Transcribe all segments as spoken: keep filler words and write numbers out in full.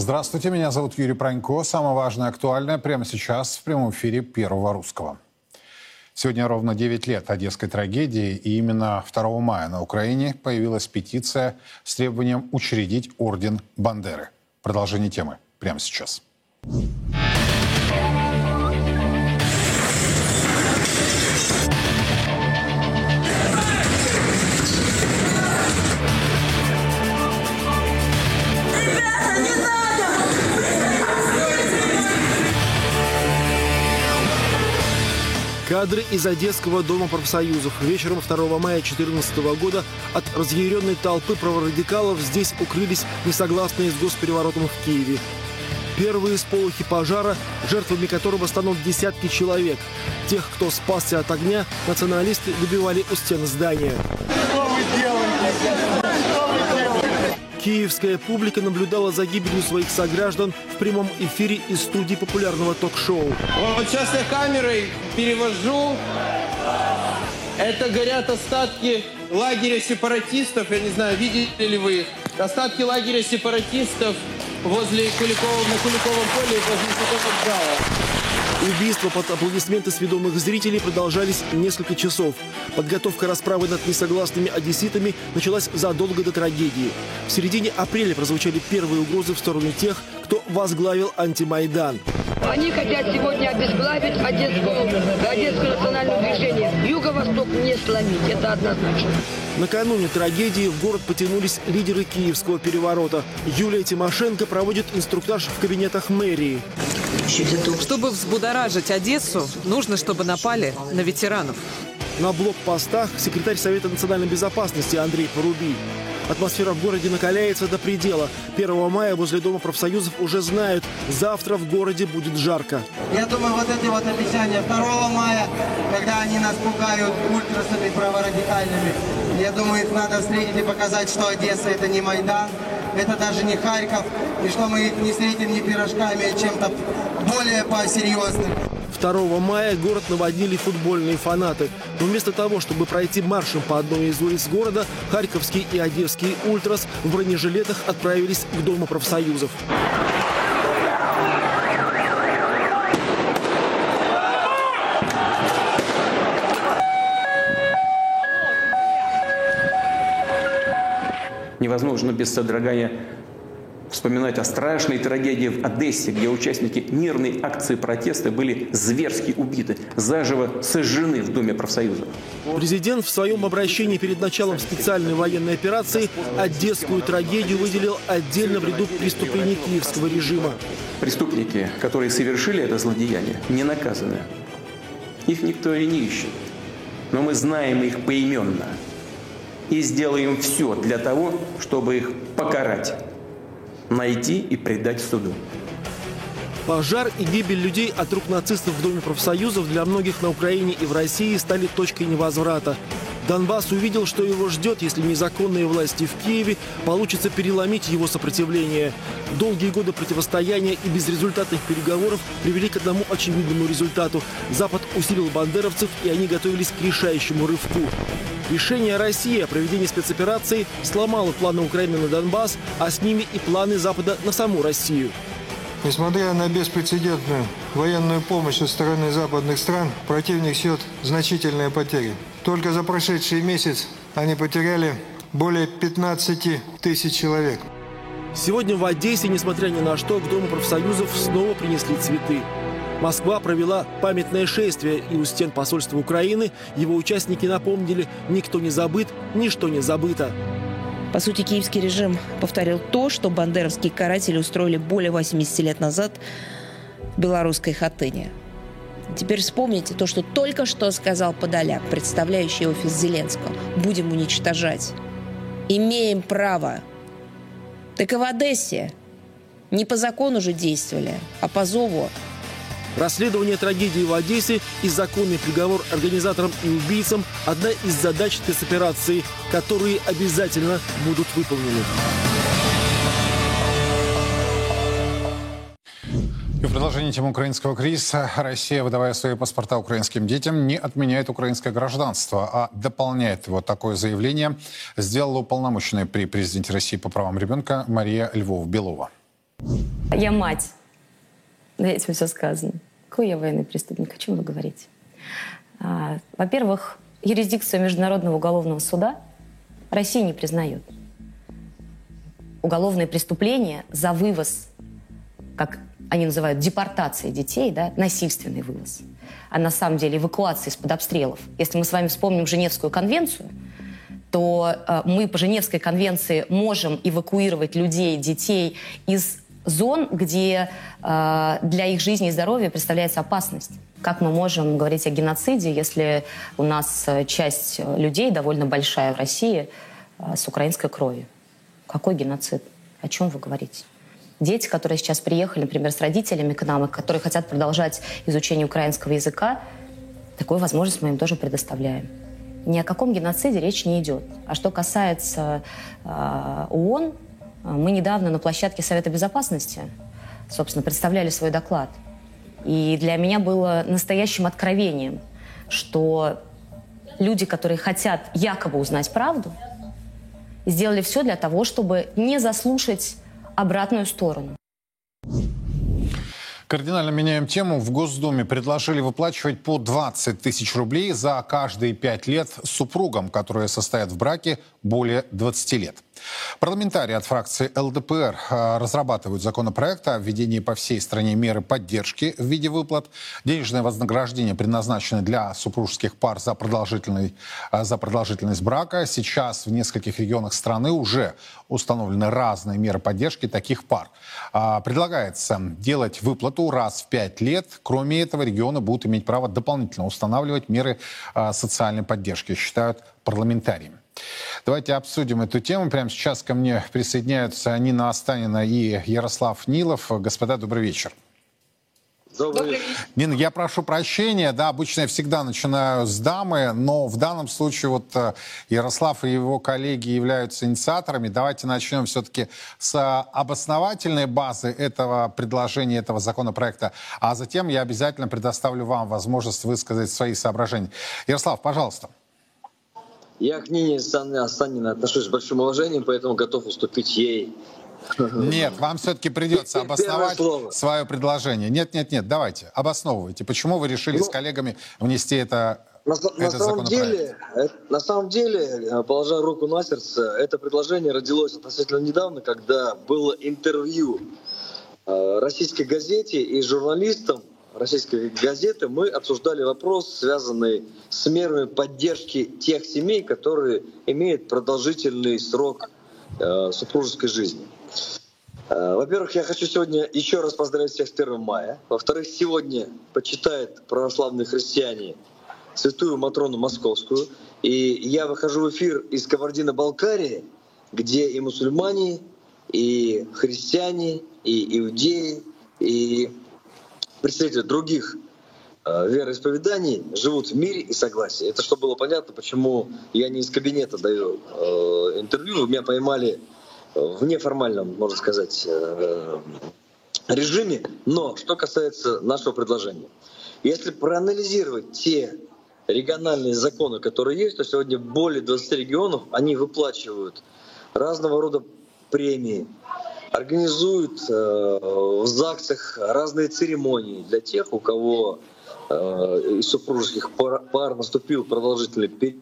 Здравствуйте, меня зовут Юрий Пронько. Самое важное и актуальное прямо сейчас в прямом эфире Первого Русского. Сегодня ровно девять лет одесской трагедии, и именно второго мая на Украине появилась петиция с требованием учредить орден Бандеры. Продолжение темы прямо сейчас. Кадры из Одесского дома профсоюзов. Вечером второго мая две тысячи четырнадцатого года от разъяренной толпы праворадикалов здесь укрылись несогласные с госпереворотом в Киеве. Первые сполохи пожара, жертвами которого станут десятки человек. Тех, кто спасся от огня, националисты выбивали у стен здания. Что вы делаете? Киевская публика наблюдала за гибелью своих сограждан в прямом эфире из студии популярного ток-шоу. Вот сейчас я камерой перевожу. Это горят остатки лагеря сепаратистов. Я не знаю, видели ли вы их. Остатки лагеря сепаратистов возле Куликова, на Куликовом поле и возле Садового зала. Убийства под аплодисменты сведомых зрителей продолжались несколько часов. Подготовка расправы над несогласными одесситами началась задолго до трагедии. В середине апреля прозвучали первые угрозы в сторону тех, кто возглавил антимайдан. Они хотят сегодня обезглавить Одесское, Одесское национальное движение. Юго-Восток не сломить, это однозначно. Накануне трагедии в город потянулись лидеры киевского переворота. Юлия Тимошенко проводит инструктаж в кабинетах мэрии. Чтобы взбудоражить Одессу, нужно, чтобы напали на ветеранов. На блокпостах секретарь Совета национальной безопасности Андрей Порубий. Атмосфера в городе накаляется до предела. первого мая возле Дома профсоюзов уже знают, завтра в городе будет жарко. Я думаю, вот эти вот обещания второго мая, когда они нас пугают ультрасами праворадикальными, я думаю, их надо встретить и показать, что Одесса — это не Майдан, это даже не Харьков, и что мы их не встретим не пирожками, а чем-то более посерьезным. второго мая город наводнили футбольные фанаты. Но вместо того, чтобы пройти маршем по одной из улиц города, харьковские и одесские ультрас в бронежилетах отправились к Дому профсоюзов. Невозможно без содрогания вспоминать о страшной трагедии в Одессе, где участники мирной акции протеста были зверски убиты, заживо сожжены в Доме профсоюзов. Президент в своем обращении перед началом специальной военной операции одесскую трагедию выделил отдельно в ряду преступлений киевского режима. Преступники, которые совершили это злодеяние, не наказаны. Их никто и не ищет. Но мы знаем их поименно и сделаем все для того, чтобы их покарать, найти и предать суду. Пожар и гибель людей от рук нацистов в Доме профсоюзов для многих на Украине и в России стали точкой невозврата. Донбасс увидел, что его ждет, если незаконные власти в Киеве получится переломить его сопротивление. Долгие годы противостояния и безрезультатных переговоров привели к одному очевидному результату. Запад усилил бандеровцев, и они готовились к решающему рывку. Решение России о проведении спецоперации сломало планы Украины на Донбасс, а с ними и планы Запада на саму Россию. Несмотря на беспрецедентную военную помощь со стороны западных стран, противник несет значительные потери. Только за прошедший месяц они потеряли более пятнадцати тысяч человек. Сегодня в Одессе, несмотря ни на что, к Дому профсоюзов снова принесли цветы. Москва провела памятное шествие, и у стен посольства Украины его участники напомнили: никто не забыт, ничто не забыто. По сути, киевский режим повторил то, что бандеровские каратели устроили более восьмидесяти лет назад в белорусской Хатыне. Теперь вспомните то, что только что сказал Подоляк, представляющий офис Зеленского. Будем уничтожать. Имеем право. Так и в Одессе не по закону же действовали, а по зову. Расследование трагедии в Одессе и законный приговор организаторам и убийцам – одна из задач спецоперации, которые обязательно будут выполнены. И в продолжении темы украинского кризиса Россия, выдавая свои паспорта украинским детям, не отменяет украинское гражданство, а дополняет его. Такое заявление сделала уполномоченная при президенте России по правам ребенка Мария Львова-Белова. Я мать. Да, этим все сказано. Какой я военный преступник? О чем вы говорите? А, во-первых, юрисдикцию Международного уголовного суда Россия не признает. Уголовные преступления за вывоз, как они называют, депортацией детей, да, насильственный вывоз, а на самом деле эвакуация из-под обстрелов. Если мы с вами вспомним Женевскую конвенцию, то э, мы по Женевской конвенции можем эвакуировать людей, детей из зон, где э, для их жизни и здоровья представляется опасность. Как мы можем говорить о геноциде, если у нас часть людей, довольно большая в России, э, с украинской кровью? Какой геноцид? О чем вы говорите? Дети, которые сейчас приехали, например, с родителями к нам, и которые хотят продолжать изучение украинского языка, такую возможность мы им тоже предоставляем. Ни о каком геноциде речь не идет. А что касается э, ООН, мы недавно на площадке Совета Безопасности, собственно, представляли свой доклад. И для меня было настоящим откровением, что люди, которые хотят якобы узнать правду, сделали все для того, чтобы не заслушать обратную сторону. Кардинально меняем тему. В Госдуме предложили выплачивать по двадцать тысяч рублей за каждые пять лет супругам, которые состоят в браке более двадцати лет. Парламентарии от фракции эл дэ пэ эр разрабатывают законопроект о введении по всей стране меры поддержки в виде выплат. Денежное вознаграждение предназначено для супружеских пар за, продолжительный, за продолжительность брака. Сейчас в нескольких регионах страны уже установлены разные меры поддержки таких пар. Предлагается делать выплату раз в пять лет. Кроме этого, регионы будут иметь право дополнительно устанавливать меры социальной поддержки, считают парламентарии. Давайте обсудим эту тему. Прямо сейчас ко мне присоединяются Нина Останина и Ярослав Нилов. Господа, добрый вечер. Добрый вечер. Нина, я прошу прощения. Да, обычно я всегда начинаю с дамы, но в данном случае вот Ярослав и его коллеги являются инициаторами. Давайте начнем все-таки с обосновательной базы этого предложения, этого законопроекта, а затем я обязательно предоставлю вам возможность высказать свои соображения. Ярослав, пожалуйста. Я к Нине Останиной отношусь с большим уважением, поэтому готов уступить ей. Нет, вам все-таки придется обосновать свое предложение. Нет, нет, нет, давайте, обосновывайте. Почему вы решили ну, с коллегами внести это, на, этот на самом деле, на самом деле, положа руку на сердце, это предложение родилось относительно недавно, когда было интервью российской газете и журналистам российской газеты, мы обсуждали вопрос, связанный с мерами поддержки тех семей, которые имеют продолжительный срок э, супружеской жизни. Э, во-первых, я хочу сегодня еще раз поздравить всех с первым мая. Во-вторых, сегодня почитают православные христиане святую Матрону Московскую. И я выхожу в эфир из Кабардино-Балкарии, где и мусульмане, и христиане, и иудеи, и представители других э, вероисповеданий живут в мире и согласии. Это чтобы было понятно, почему я не из кабинета даю э, интервью. Меня поймали в неформальном, можно сказать, э, режиме. Но что касается нашего предложения. Если проанализировать те региональные законы, которые есть, то сегодня более двадцати регионов, они выплачивают разного рода премии, организуют э, в ЗАГСах разные церемонии для тех, у кого э, из супружеских пар, пар наступил продолжительный период.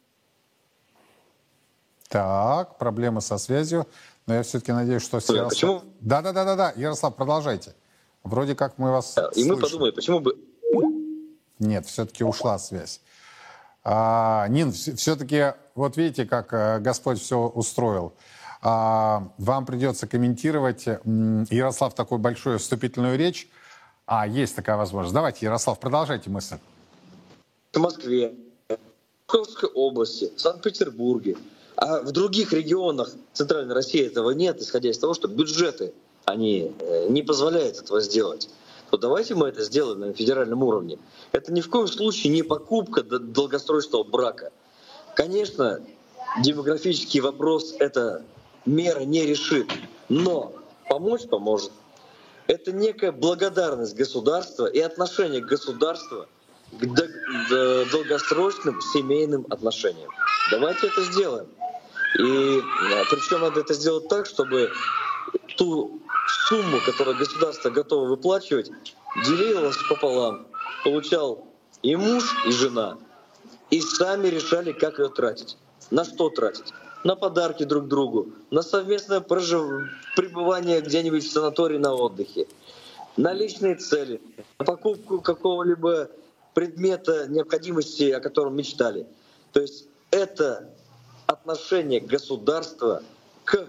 Так, проблема со связью. Но я все-таки надеюсь, что... Ярослав... Почему? Да, да, да, да, да. Ярослав, продолжайте. Вроде как мы вас И слышим. мы подумали, почему бы... Нет, все-таки ушла связь. А, Нин, все-таки, вот видите, как Господь все устроил. Вам придется комментировать, Ярослав, такую большую вступительную речь. А, есть такая возможность. Давайте, Ярослав, продолжайте мысль. В Москве, в Московской области, в Санкт-Петербурге, а в других регионах Центральной России этого нет, исходя из того, что бюджеты они не позволяют этого сделать. То давайте мы это сделаем на федеральном уровне. Это ни в коем случае не покупка долгосрочного брака. Конечно, демографический вопрос — это мера не решит, но помочь поможет. Это некая благодарность государства и отношение государства к долгосрочным семейным отношениям. Давайте это сделаем. И причем надо это сделать так, чтобы ту сумму, которую государство готово выплачивать, делилась пополам. Получал и муж, и жена. И сами решали, как ее тратить. На что тратить? На подарки друг другу, на совместное прожив... пребывание где-нибудь в санатории на отдыхе, на личные цели, на покупку какого-либо предмета необходимости, о котором мечтали. То есть это отношение государства к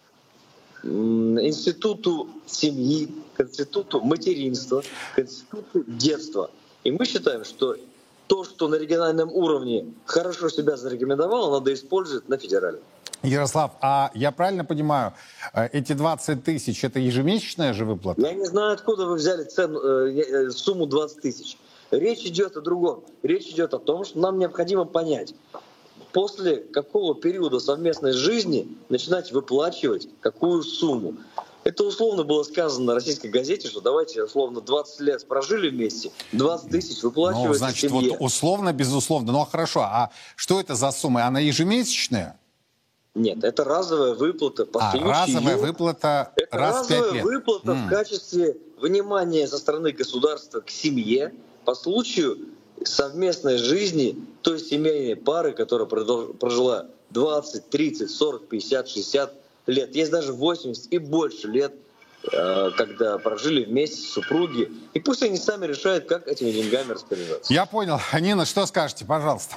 институту семьи, к институту материнства, к институту детства. И мы считаем, что то, что на региональном уровне хорошо себя зарекомендовало, надо использовать на федеральном. Ярослав, а я правильно понимаю, эти двадцать тысяч – это ежемесячная же выплата? Я не знаю, откуда вы взяли цену, э, сумму двадцать тысяч. Речь идет о другом. Речь идет о том, что нам необходимо понять, после какого периода совместной жизни начинать выплачивать какую сумму. Это условно было сказано на российской газете, что давайте условно двадцать лет прожили вместе, двадцать тысяч выплачивать. Ну, значит, семье. Вот условно, безусловно. Ну, хорошо. А что это за сумма? Она ежемесячная? Нет, это разовая выплата. По а, разовая выплата это раз в пять лет. Разовая выплата mm. в качестве внимания со стороны государства к семье по случаю совместной жизни той семейной пары, которая прожила двадцать, тридцать, сорок, пятьдесят, шестьдесят лет. Есть даже восемьдесят и больше лет, когда прожили вместе супруги. И пусть они сами решают, как этими деньгами распоряжаться. Я понял. Нина, что скажете, пожалуйста?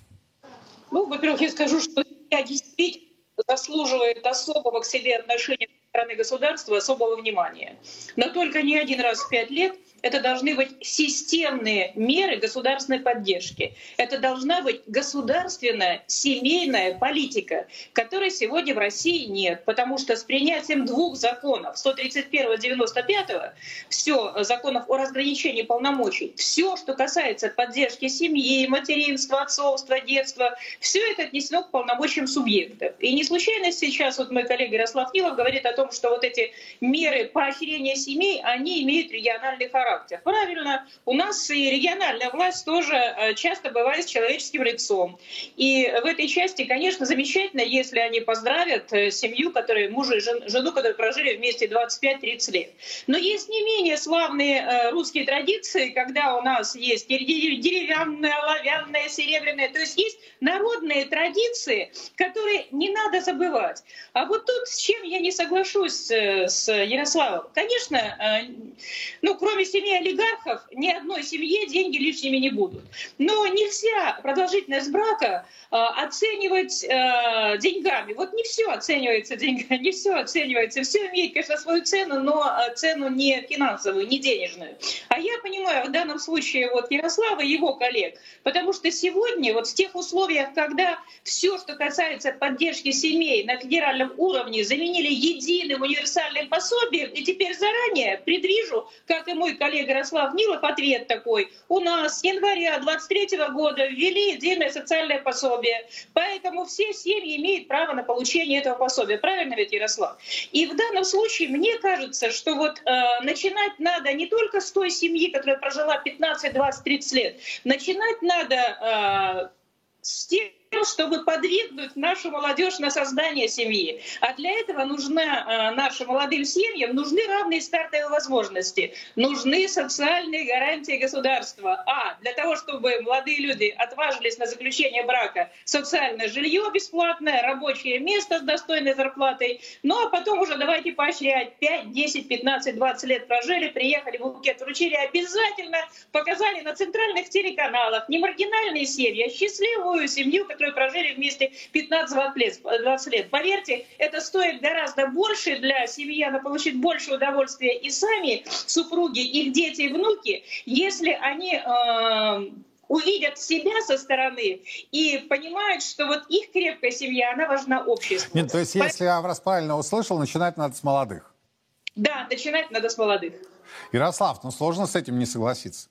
Ну, во-первых, я скажу, что семья действительно заслуживает особого к себе отношения со стороны государства, особого внимания. Но только не один раз в пять лет. Это должны быть системные меры государственной поддержки. Это должна быть государственная семейная политика, которой сегодня в России нет. Потому что с принятием двух законов, сто тридцать первого и девяносто пятого, все, законов о разграничении полномочий, все, что касается поддержки семьи, материнства, отцовства, детства, все это отнесено к полномочиям субъектов. И не случайно сейчас вот мой коллега Ярослав Нилов говорит о том, что вот эти меры поощрения семей, они имеют региональный характер. Правильно, у нас и региональная власть тоже часто бывает с человеческим лицом. И в этой части, конечно, замечательно, если они поздравят семью, которые, мужа и жену, которые прожили вместе двадцать пять тридцать лет. Но есть не менее славные русские традиции, когда у нас есть деревянная, оловянная, серебряная. То есть есть народные традиции, которые не надо забывать. А вот тут с чем я не соглашусь с Ярославом. Конечно, ну, кроме семьи олигархов, ни одной семье деньги лишними не будут. Но нельзя продолжительность брака э, оценивать э, деньгами. Вот не все оценивается деньгами, не все оценивается. Все имеет, конечно, свою цену, но цену не финансовую, не денежную. А я понимаю в данном случае вот Ярослава и его коллег, потому что сегодня вот в тех условиях, когда все, что касается поддержки семей на федеральном уровне, заменили единым универсальным пособием, и теперь заранее предвижу, как и мой коллега Ярослав Нилов, ответ такой. У нас с января двадцать третьего года ввели единое социальное пособие. Поэтому все семьи имеют право на получение этого пособия. Правильно ведь, Ярослав? И в данном случае мне кажется, что вот э, начинать надо не только с той семьи, которая прожила пятнадцать, двадцать, тридцать лет. Начинать надо э, с тем, чтобы подвигнуть нашу молодежь на создание семьи. А для этого нужна, э, нашим молодым семьям нужны равные стартовые возможности, нужны социальные гарантии государства. А для того, чтобы молодые люди отважились на заключение брака, социальное жилье бесплатное, рабочее место с достойной зарплатой. Ну а потом уже давайте поощрять. пять, десять, пятнадцать, двадцать лет прожили, приехали, букет вручили, обязательно показали на центральных телеканалах не маргинальные семьи, а счастливую семью, которые прожили вместе пятнадцать-двадцать лет. Поверьте, это стоит гораздо больше для семьи, она получит больше удовольствия и сами супруги, их дети и внуки, если они э, увидят себя со стороны и понимают, что вот их крепкая семья, она важна обществу. Нет, то есть, если я вас правильно услышал, начинать надо с молодых? Да, начинать надо с молодых. Ярослав, ну сложно с этим не согласиться.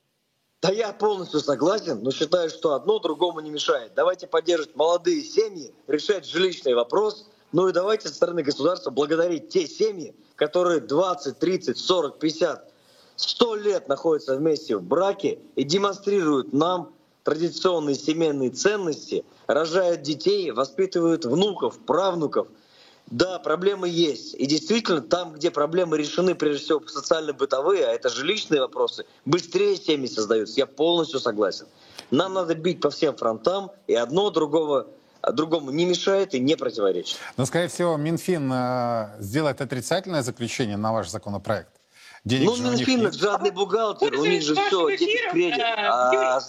Да я полностью согласен, но считаю, что одно другому не мешает. Давайте поддерживать молодые семьи, решать жилищный вопрос. Ну и давайте со стороны государства благодарить те семьи, которые двадцать, тридцать, сорок, пятьдесят, сто лет находятся вместе в браке и демонстрируют нам традиционные семейные ценности, рожают детей, воспитывают внуков, правнуков. Да, проблемы есть. И действительно, там, где проблемы решены, прежде всего, социально-бытовые, а это жилищные вопросы, быстрее семьи создаются. Я полностью согласен. Нам надо бить по всем фронтам, и одно другого, другому не мешает и не противоречит. Но, скорее всего, Минфин э, сделает отрицательное заключение на ваш законопроект. Денег ну, Минфин, нет. жадный бухгалтер, у них же все, дебет, кредит. А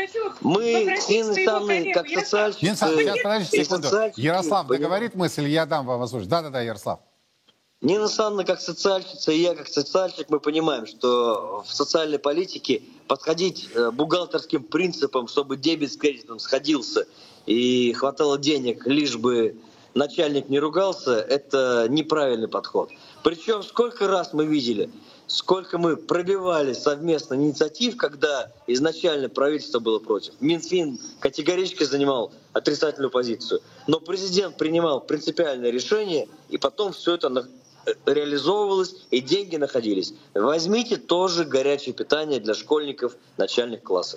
мы с Ниной Александровной, как социальщики... Нина Александровна, сейчас, подождите секунду. Ярослав договорит мысль, я дам вам возможность. Да-да-да, Ярослав. Нина Александровна, как социальщица, и я, как социальщик, мы понимаем, что в социальной политике подходить бухгалтерским принципам, чтобы дебет с кредитом сходился и хватало денег, лишь бы начальник не ругался, это неправильный подход. Причем сколько раз мы видели, сколько мы пробивали совместно инициатив, когда изначально правительство было против. Минфин категорически занимал отрицательную позицию. Но президент принимал принципиальное решение, и потом все это реализовывалось, и деньги находились. Возьмите тоже горячее питание для школьников начальных классов.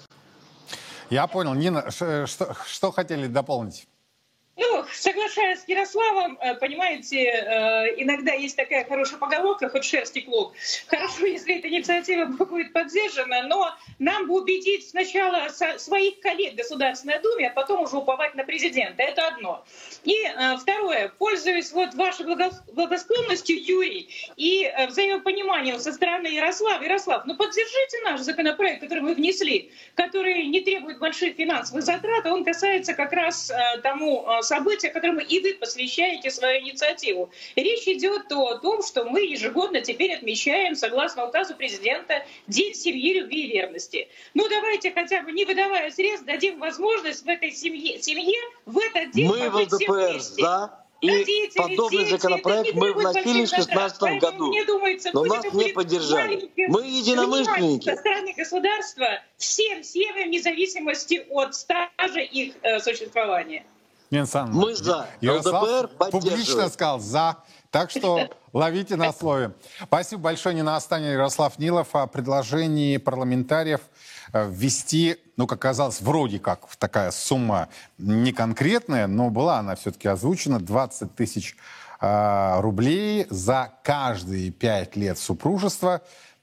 Я понял. Нина, что, что хотели дополнить? Ну, соглашаясь с Ярославом, понимаете, иногда есть такая хорошая поговорка, хоть шерсти клок. Хорошо, если эта инициатива будет поддержана, но нам бы убедить сначала своих коллег в Государственной Думе, а потом уже уповать на президента. Это одно. И второе, пользуясь вот вашей благосклонностью, Юрий, и взаимопониманием со стороны Ярослава. Ярослав, ну поддержите наш законопроект, который мы внесли, который не требует больших финансовых затрат, он касается как раз тому события, которому и вы посвящаете свою инициативу. Речь идет о том, что мы ежегодно теперь отмечаем, согласно указу президента, День семьи, любви и верности. Ну давайте хотя бы, не выдавая средств, дадим возможность в этой семье, семье в этот день мы в ЛДПР за, и родители, подобный дети, законопроект мы вносили в две тысячи шестнадцатом году, думается, но нас не поддержали. Мы единомышленники. Со стороны государства всем семьям, вне зависимости от стажа их э, существования. Мы за. Ярослав публично сказал «за». Так что ловите на слове. Спасибо большое, Нина Останина, Ярослав Нилов, о предложении парламентариев ввести, ну, как оказалось, вроде как такая сумма не конкретная, но была она все-таки озвучена, двадцать тысяч э, рублей за каждые пять лет супружества,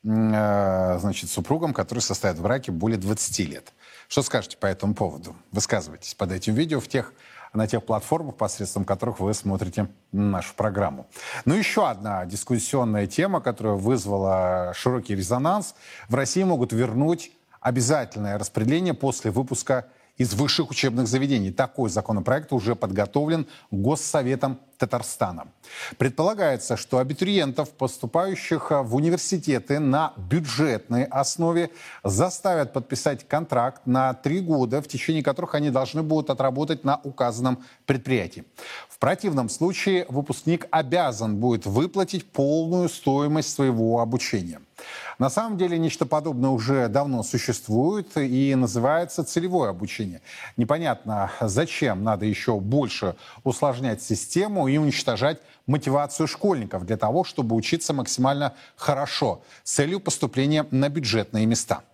э, значит, супругам, которые состоят в браке более двадцати лет. Что скажете по этому поводу? Высказывайтесь под этим видео в тех на тех платформах, посредством которых вы смотрите нашу программу. Ну, еще одна дискуссионная тема, которая вызвала широкий резонанс. В России могут вернуть обязательное распределение после выпуска из высших учебных заведений. Такой законопроект уже подготовлен Госсоветом Татарстана. Предполагается, что абитуриентов, поступающих в университеты на бюджетной основе, заставят подписать контракт на три года, в течение которых они должны будут отработать на указанном предприятии. В противном случае выпускник обязан будет выплатить полную стоимость своего обучения. На самом деле нечто подобное уже давно существует и называется целевое обучение. Непонятно, зачем надо еще больше усложнять систему и уничтожать мотивацию школьников для того, чтобы учиться максимально хорошо с целью поступления на бюджетные места.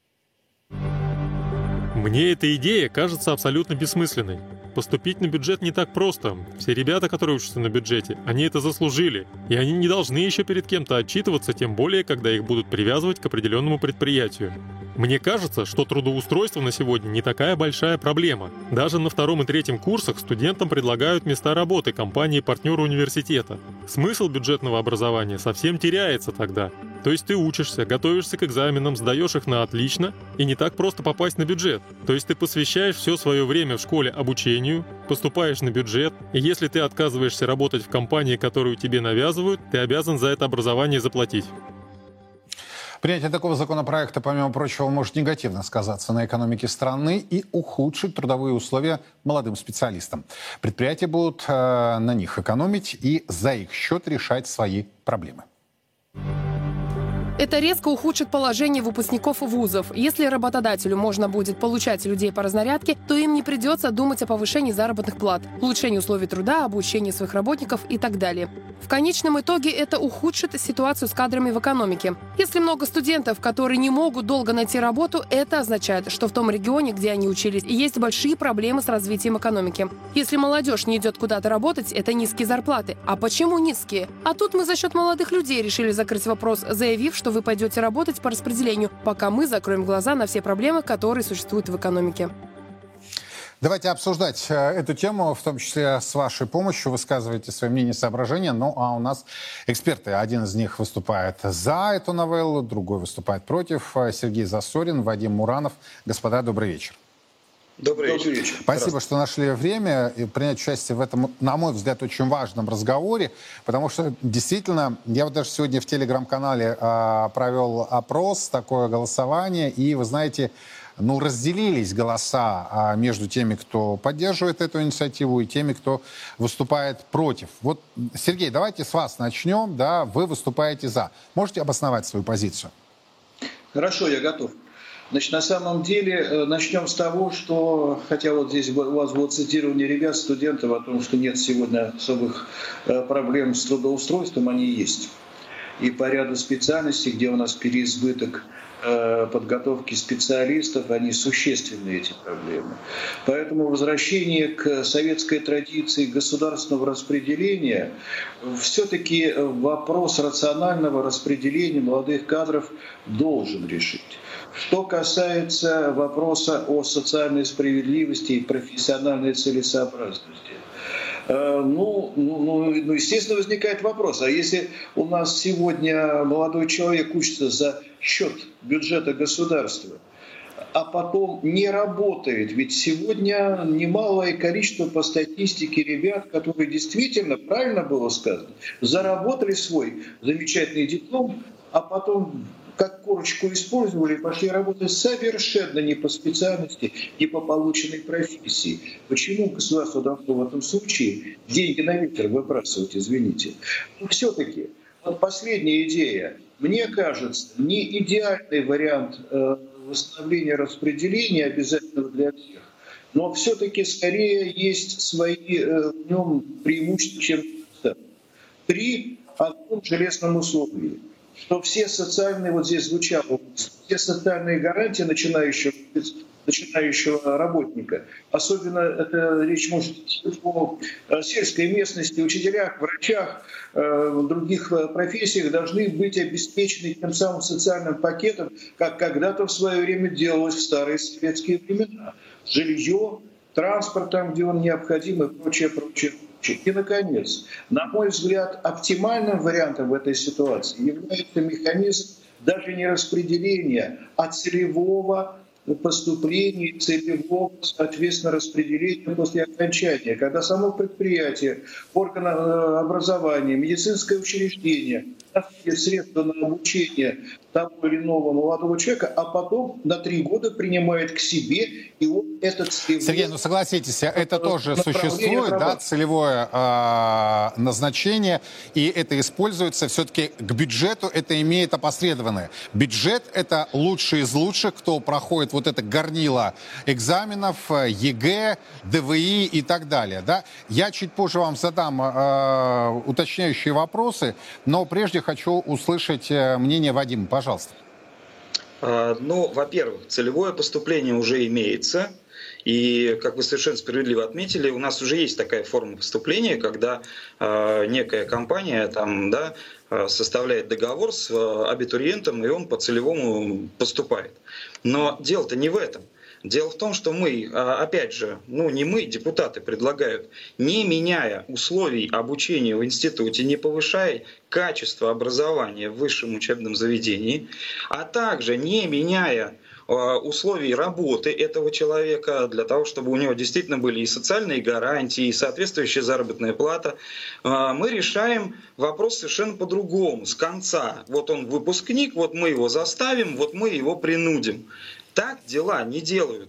Мне эта идея кажется абсолютно бессмысленной. Поступить на бюджет не так просто. Все ребята, которые учатся на бюджете, они это заслужили. И они не должны еще перед кем-то отчитываться, тем более, когда их будут привязывать к определенному предприятию. Мне кажется, что трудоустройство на сегодня не такая большая проблема. Даже на втором и третьем курсах студентам предлагают места работы компании-партнера университета. Смысл бюджетного образования совсем теряется тогда. То есть ты учишься, готовишься к экзаменам, сдаешь их на отлично, и не так просто попасть на бюджет. То есть ты посвящаешь все свое время в школе обучению, поступаешь на бюджет, и если ты отказываешься работать в компании, которую тебе навязывают, ты обязан за это образование заплатить. Принятие такого законопроекта, помимо прочего, может негативно сказаться на экономике страны и ухудшить трудовые условия молодым специалистам. Предприятия будут э, на них экономить и за их счет решать свои проблемы. Это резко ухудшит положение выпускников вузов. Если работодателю можно будет получать людей по разнарядке, то им не придется думать о повышении заработных плат, улучшении условий труда, обучении своих работников и так далее. В конечном итоге это ухудшит ситуацию с кадрами в экономике. Если много студентов, которые не могут долго найти работу, это означает, что в том регионе, где они учились, есть большие проблемы с развитием экономики. Если молодежь не идет куда-то работать, это низкие зарплаты. А почему низкие? А тут мы за счет молодых людей решили закрыть вопрос, заявив, что вы пойдете работать по распределению, пока мы закроем глаза на все проблемы, которые существуют в экономике. Давайте обсуждать эту тему, в том числе с вашей помощью. Высказывайте свои мнения и соображения. Ну, а у нас эксперты. Один из них выступает за эту новеллу, другой выступает против. Сергей Засорин, Вадим Муранов. Господа, добрый вечер. Добрый вечер. вечер. Спасибо, что нашли время и принять участие в этом, на мой взгляд, очень важном разговоре, потому что действительно, я вот даже сегодня в телеграм-канале а, провел опрос, такое голосование, и вы знаете, ну, разделились голоса а, между теми, кто поддерживает эту инициативу, и теми, кто выступает против. Вот, Сергей, давайте с вас начнем, да, вы выступаете за. Можете обосновать свою позицию? Хорошо, я готов. Значит, на самом деле, начнем с того, что, хотя вот здесь у вас было цитирование ребят, студентов о том, что нет сегодня особых проблем с трудоустройством, они есть. И по ряду специальностей, где у нас переизбыток подготовки специалистов, они существенны, эти проблемы. Поэтому возвращение к советской традиции государственного распределения, все-таки вопрос рационального распределения молодых кадров должен решить. Что касается вопроса о социальной справедливости и профессиональной целесообразности, ну, ну, ну, естественно, возникает вопрос, а если у нас сегодня молодой человек учится за счет бюджета государства, а потом не работает, ведь сегодня немалое количество по статистике ребят, которые действительно, правильно было сказано, заработали свой замечательный диплом, а потом как корочку использовали и пошли работать совершенно не по специальности, не по полученной профессии. Почему государство должно в этом случае деньги на ветер выбрасывать, извините? Но все-таки вот последняя идея, мне кажется, не идеальный вариант э, восстановления распределения обязательного для всех, но все-таки скорее есть свои э, в нем преимущества, чем при одном железном условии, что все социальные, вот здесь звучало, все социальные гарантии начинающего, начинающего работника, особенно это речь может идти о сельской местности, учителях, врачах, других профессиях, должны быть обеспечены тем самым социальным пакетом, как когда-то в свое время делалось в старые советские времена. Жилье, транспорт там, где он необходим, и прочее, прочее. И, наконец, на мой взгляд, оптимальным вариантом в этой ситуации является механизм даже не распределения, а целевого поступления, целевого, соответственно, распределения после окончания, когда само предприятие, орган образования, медицинское учреждение находит средства на обучение того или иного молодого человека, а потом на три года принимает к себе, и он этот целевой... Сергей, ну согласитесь, это тоже существует, да, целевое э, назначение, и это используется все-таки к бюджету, это имеет опосредованное. Бюджет — это лучший из лучших, кто проходит вот это горнило экзаменов, ЕГЭ, ДВИ и так далее, да. Я чуть позже вам задам э, уточняющие вопросы, но прежде хочу услышать мнение Вадима. Пожалуйста. Ну, во-первых, целевое поступление уже имеется. И, как вы совершенно справедливо отметили, у нас уже есть такая форма поступления, когда э, некая компания там, да, составляет договор с абитуриентом, и он по целевому поступает. Но дело-то не в этом. Дело в том, что мы, опять же, ну не мы, депутаты предлагают, не меняя условий обучения в институте, не повышая качество образования в высшем учебном заведении, а также не меняя условий работы этого человека для того, чтобы у него действительно были и социальные гарантии, и соответствующая заработная плата, мы решаем вопрос совершенно по-другому, с конца. Вот он выпускник, вот мы его заставим, вот мы его принудим. Так дела не делаются.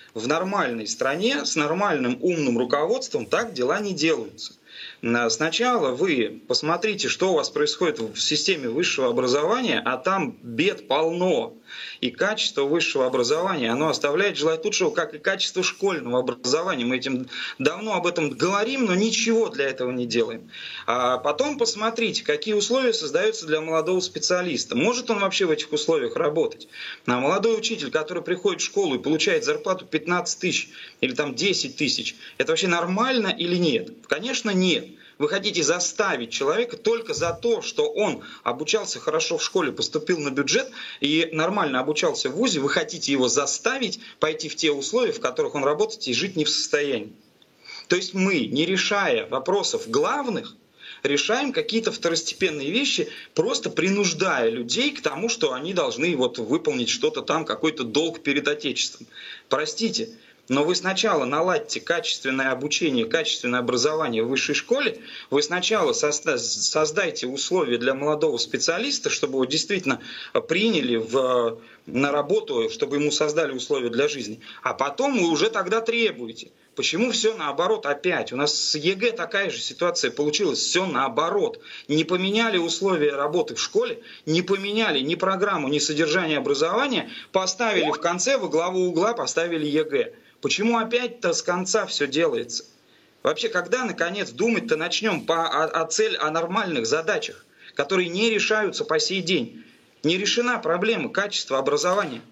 В нормальной стране с нормальным умным руководством так дела не делаются. Сначала вы посмотрите, что у вас происходит в системе высшего образования, а там бед полно. И качество высшего образования, оно оставляет желать лучшего, как и качество школьного образования. Мы этим давно об этом говорим, но ничего для этого не делаем. А потом посмотрите, какие условия создаются для молодого специалиста. Может он вообще в этих условиях работать? А молодой учитель, который приходит в школу и получает зарплату пятнадцать тысяч или там десять тысяч, это вообще нормально или нет? Конечно, нет. Вы хотите заставить человека только за то, что он обучался хорошо в школе, поступил на бюджет и нормально обучался в вузе, вы хотите его заставить пойти в те условия, в которых он работает и жить не в состоянии. То есть мы, не решая вопросов главных, решаем какие-то второстепенные вещи, просто принуждая людей к тому, что они должны вот выполнить что-то там, какой-то долг перед Отечеством. Простите. Но вы сначала наладьте качественное обучение, качественное образование в высшей школе, вы сначала создайте условия для молодого специалиста, чтобы его действительно приняли в, на работу, чтобы ему создали условия для жизни, а потом вы уже тогда требуете. Почему все наоборот опять? У нас с ЕГЭ такая же ситуация получилась, все наоборот. Не поменяли условия работы в школе, не поменяли ни программу, ни содержание образования, поставили в конце, во главу угла поставили ЕГЭ. Почему опять-то с конца все делается? Вообще, когда, наконец, думать-то начнем по, о, о цель, о нормальных задачах, которые не решаются по сей день? Не решена проблема качества образования.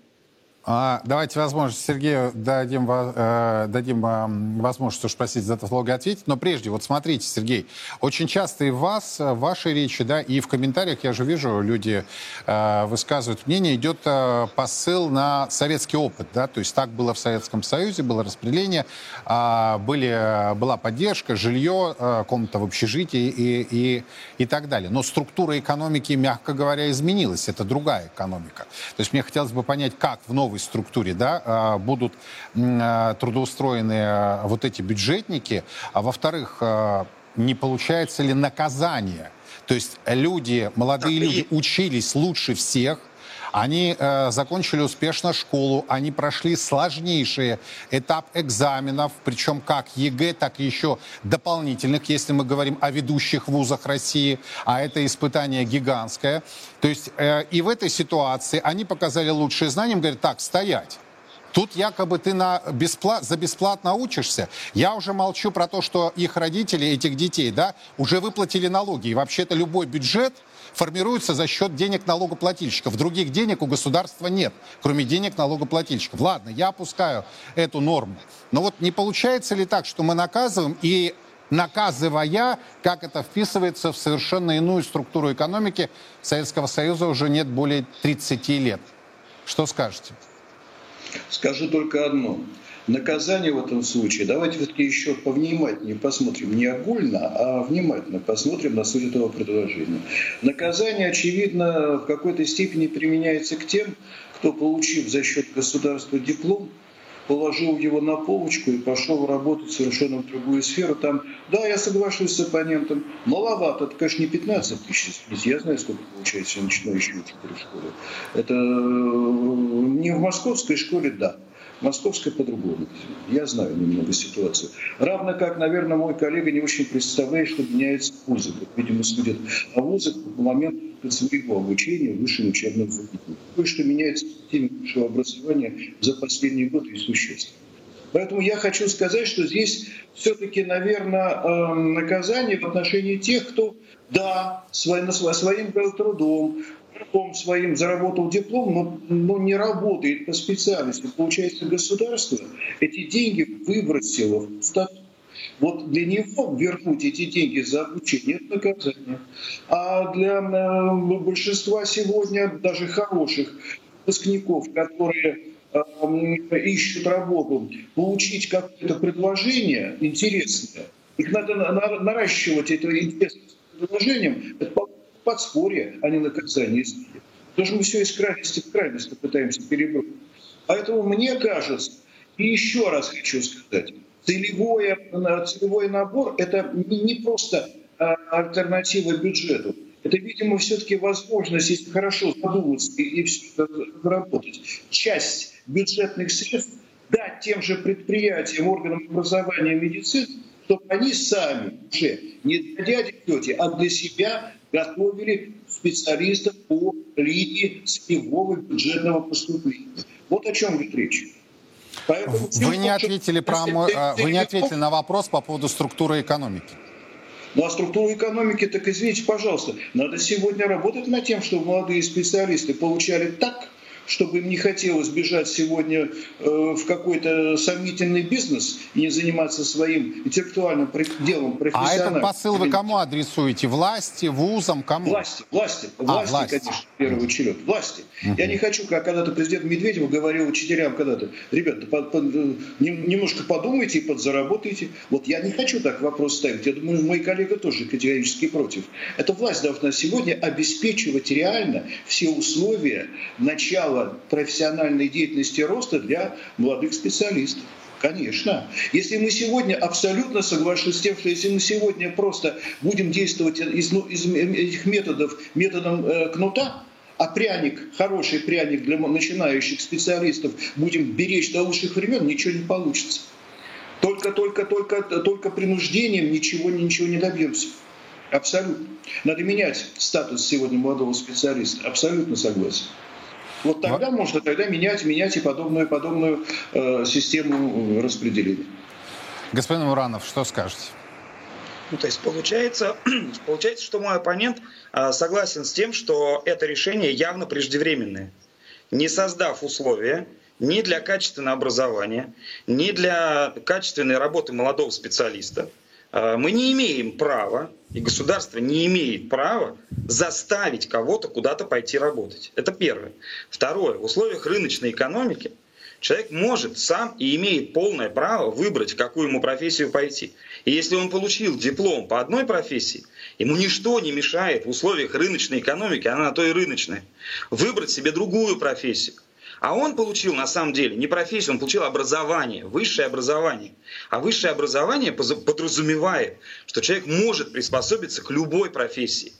А, давайте возможность Сергею дадим, э, дадим э, возможность уж спросить, за это долго ответить. Но прежде, вот смотрите, Сергей, очень часто и в вас, в вашей речи, да, и в комментариях, я же вижу, люди э, высказывают мнение, идет э, посыл на советский опыт, да, то есть так было в Советском Союзе, было распределение, э, были, была поддержка, жилье, э, комната в общежитии и, и, и так далее. Но структура экономики, мягко говоря, изменилась, это другая экономика. То есть мне хотелось бы понять, как в новом структуре, да, будут трудоустроены вот эти бюджетники, а во-вторых, не получается ли наказание? То есть люди, молодые люди учились лучше всех, они э, закончили успешно школу, они прошли сложнейший этап экзаменов, причем как ЕГЭ, так и еще дополнительных, если мы говорим о ведущих вузах России, а это испытание гигантское. То есть э, и в этой ситуации они показали лучшие знания, им говорят, так, стоять. Тут якобы ты на бесплат... за бесплатно учишься. Я уже молчу про то, что их родители, этих детей, да, уже выплатили налоги. И вообще-то любой бюджет формируется за счет денег налогоплательщиков. Других денег у государства нет, кроме денег налогоплательщиков. Ладно, я опускаю эту норму. Но вот не получается ли так, что мы наказываем и, наказывая, как это вписывается в совершенно иную структуру экономики, Советского Союза уже нет более тридцати лет? Что скажете? Скажу только одно. Наказание в этом случае, давайте все-таки еще повнимательнее посмотрим, не огульно, а внимательно посмотрим на суть этого предложения. Наказание, очевидно, в какой-то степени применяется к тем, кто, получив за счет государства диплом, положил его на полочку и пошел работать в совершенно другую сферу. Там, да, я соглашусь с оппонентом, маловато, это, конечно, не пятнадцать тысяч, я знаю, сколько получается начинающий учитель в школе. Это не в московской школе, да. Московская по-другому. Я знаю немного ситуацию. Равно как, наверное, мой коллега не очень представляет, что меняется вузы. Видимо, судят о вузах в момент своего обучения в высшем учебном заведении. Кое-что меняется в теме высшего образования за последние годы и существенно. Поэтому я хочу сказать, что здесь все-таки, наверное, наказание в отношении тех, кто, да, своим, своим трудом, своим заработал диплом, но, но не работает по специальности. Получается, государство эти деньги выбросило в статус. Вот для него вернуть эти деньги за обучение – это наказание. А для большинства сегодня, даже хороших выпускников, которые э, ищут работу, получить какое-то предложение интересное, их надо наращивать это интересным предложением, это подспорье, а не наказание. Потому что мы все из крайности в крайность пытаемся перебросить. Поэтому мне кажется, и еще раз хочу сказать, целевой, целевой набор – это не просто альтернатива бюджету. Это, видимо, все-таки возможность, если хорошо задуматься и, и все это разработать, часть бюджетных средств дать тем же предприятиям, органам образования и медицины, чтобы они сами уже, не для дяди, тети, а для себя готовили специалистов по линии целевого бюджетного поступления. Вот о чем идет речь. Поэтому вы не ответили, про, вы не ответили на вопрос по поводу структуры экономики. Ну а структура экономики, так извините, пожалуйста, надо сегодня работать над тем, чтобы молодые специалисты получали так, чтобы им не хотелось бежать сегодня э, в какой-то сомнительный бизнес и не заниматься своим интеллектуальным делом профессионально. А этот посыл вы кому адресуете? Власти, вузам, кому? Власти, власти, а, власти, власти, конечно, в первую очередь. Власти. Uh-huh. Я не хочу, как когда-то президент Медведев говорил учителям когда-то, ребята, под, под, немножко подумайте и подзаработайте. Вот я не хочу так вопрос ставить. Я думаю, мой коллега тоже категорически против. Эта власть должна сегодня обеспечивать реально все условия начала профессиональной деятельности роста для молодых специалистов. Конечно. Если мы сегодня, абсолютно соглашусь с тем, что если мы сегодня просто будем действовать из, ну, из этих методов, методом э, кнута, а пряник, хороший пряник для начинающих специалистов будем беречь до лучших времен, ничего не получится. Только, только, только, только принуждением ничего, ничего не добьемся. Абсолютно. Надо менять статус сегодня молодого специалиста. Абсолютно согласен. Вот тогда можно тогда менять, менять и подобную, подобную э, систему распределения. Господин Муранов, что скажете? Ну, то есть получается, получается, что мой оппонент э, согласен с тем, что это решение явно преждевременное. Не создав условия ни для качественного образования, ни для качественной работы молодого специалиста, мы не имеем права, и государство не имеет права заставить кого-то куда-то пойти работать. Это первое. Второе. В условиях рыночной экономики человек может сам и имеет полное право выбрать, в какую ему профессию пойти. И если он получил диплом по одной профессии, ему ничто не мешает в условиях рыночной экономики, она на то и рыночная, выбрать себе другую профессию. А он получил, на самом деле, не профессию, он получил образование, высшее образование. А высшее образование подразумевает, что человек может приспособиться к любой профессии.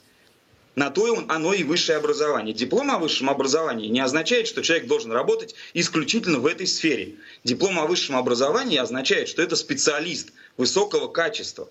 На то он, оно и высшее образование. Диплом о высшем образовании не означает, что человек должен работать исключительно в этой сфере. Диплом о высшем образовании означает, что это специалист высокого качества.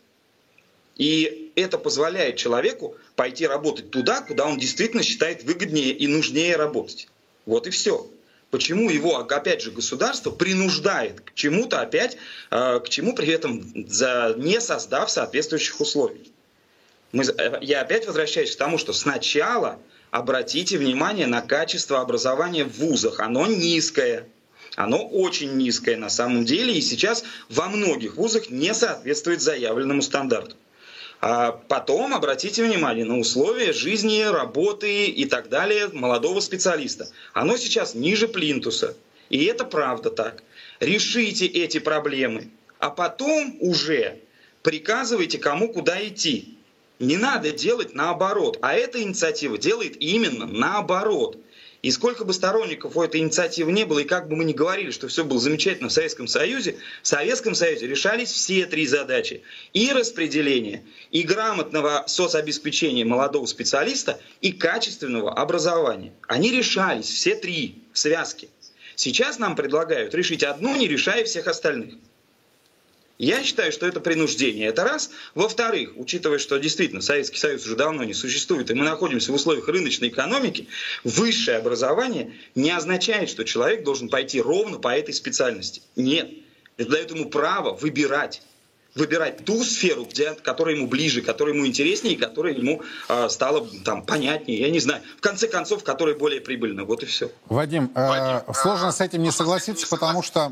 И это позволяет человеку пойти работать туда, куда он действительно считает выгоднее и нужнее работать. Вот и все. Почему его, опять же, государство принуждает к чему-то опять, к чему при этом не создав соответствующих условий. Мы, я опять возвращаюсь к тому, что сначала обратите внимание на качество образования в вузах. Оно низкое. Оно очень низкое на самом деле. И сейчас во многих вузах не соответствует заявленному стандарту. А потом обратите внимание на условия жизни, работы и так далее молодого специалиста. Оно сейчас ниже плинтуса. И это правда так. Решите эти проблемы, а потом уже приказывайте, кому куда идти. Не надо делать наоборот. А эта инициатива делает именно наоборот. И сколько бы сторонников у этой инициативы не было, и как бы мы ни говорили, что все было замечательно в Советском Союзе, в Советском Союзе решались все три задачи. И распределение, и грамотного соцобеспечения молодого специалиста, и качественного образования. Они решались, все три, в связке. Сейчас нам предлагают решить одну, не решая всех остальных. Я считаю, что это принуждение. Это раз. Во-вторых, учитывая, что действительно Советский Союз уже давно не существует, и мы находимся в условиях рыночной экономики, высшее образование не означает, что человек должен пойти ровно по этой специальности. Нет. Это дает ему право выбирать. Выбирать ту сферу, где, которая ему ближе, которая ему интереснее, и которая ему э, стала там, понятнее, я не знаю. В конце концов, которая более прибыльна. Вот и все. Вадим, э, сложно с этим не согласиться, потому что